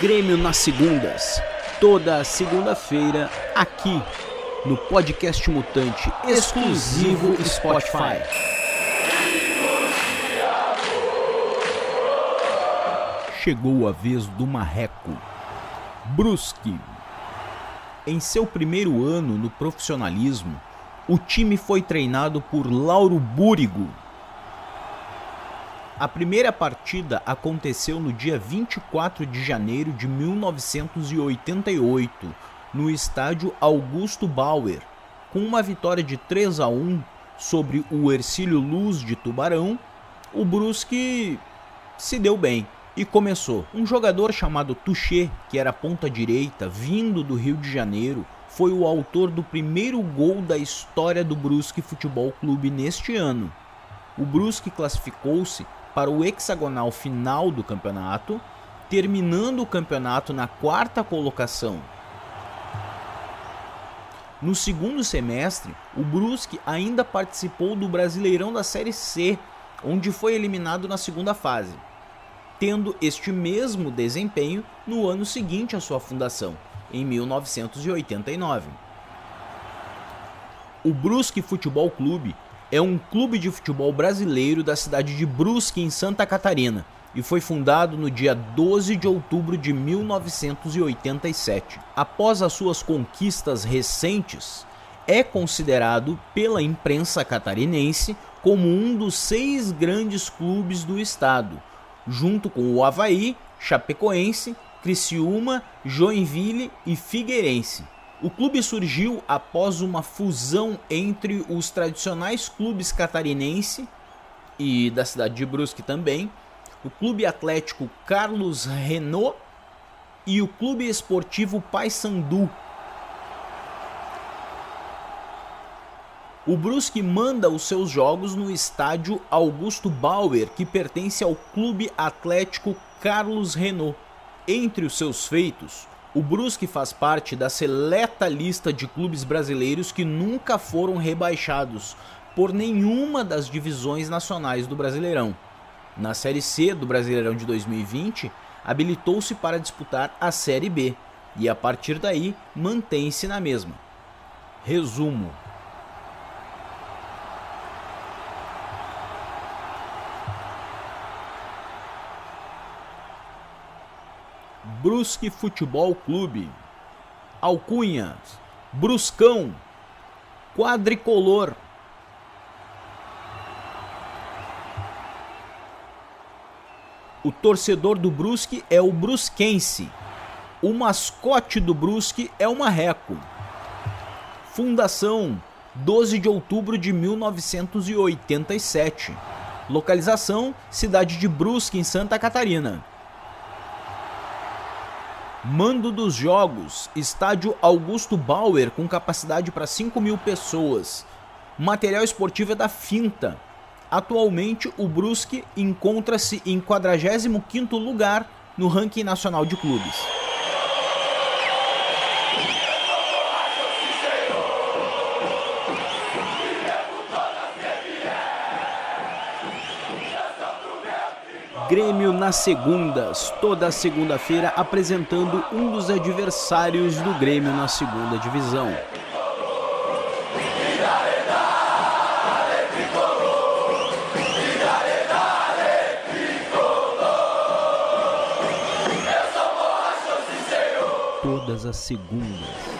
Grêmio nas segundas, toda segunda-feira, aqui no Podcast Mutante, exclusivo Spotify. Chegou a vez do marreco. Brusque. Em seu primeiro ano no profissionalismo, o time foi treinado por Lauro Búrigo. A primeira partida aconteceu no dia 24 de janeiro de 1988, no estádio Augusto Bauer, com uma vitória de 3-1 sobre o Hercílio Luz de Tubarão. O Brusque se deu bem e começou. Um jogador chamado Tuchê, que era ponta direita, vindo do Rio de Janeiro, foi o autor do primeiro gol da história do Brusque Futebol Clube neste ano. O Brusque classificou-se para o hexagonal final do campeonato, terminando o campeonato na quarta colocação. No segundo semestre, o Brusque ainda participou do Brasileirão da Série C, onde foi eliminado na segunda fase, tendo este mesmo desempenho no ano seguinte à sua fundação, em 1989. O Brusque Futebol Clube é um clube de futebol brasileiro da cidade de Brusque, em Santa Catarina, e foi fundado no dia 12 de outubro de 1987. Após as suas conquistas recentes, é considerado pela imprensa catarinense como um dos 6 grandes clubes do estado, junto com o Avaí, Chapecoense, Criciúma, Joinville e Figueirense. O clube surgiu após uma fusão entre os tradicionais clubes catarinense e da cidade de Brusque também, o Clube Atlético Carlos Renault e o Clube Esportivo Paysandu. O Brusque manda os seus jogos no estádio Augusto Bauer, que pertence ao Clube Atlético Carlos Renault. Entre os seus feitos, o Brusque faz parte da seleta lista de clubes brasileiros que nunca foram rebaixados por nenhuma das divisões nacionais do Brasileirão. Na Série C do Brasileirão de 2020, habilitou-se para disputar a Série B e a partir daí mantém-se na mesma. Resumo: Brusque Futebol Clube. Alcunhas: Bruscão, Quadricolor. O torcedor do Brusque é o brusquense. O mascote do Brusque é o marreco. Fundação: 12 de outubro de 1987. Localização: cidade de Brusque, em Santa Catarina. Mando dos jogos: estádio Augusto Bauer, com capacidade para 5.000 pessoas. Material esportivo é da Finta. Atualmente, o Brusque encontra-se em 45º lugar no ranking nacional de clubes. Grêmio nas segundas, toda segunda-feira apresentando um dos adversários do Grêmio na segunda divisão. Todas as segundas.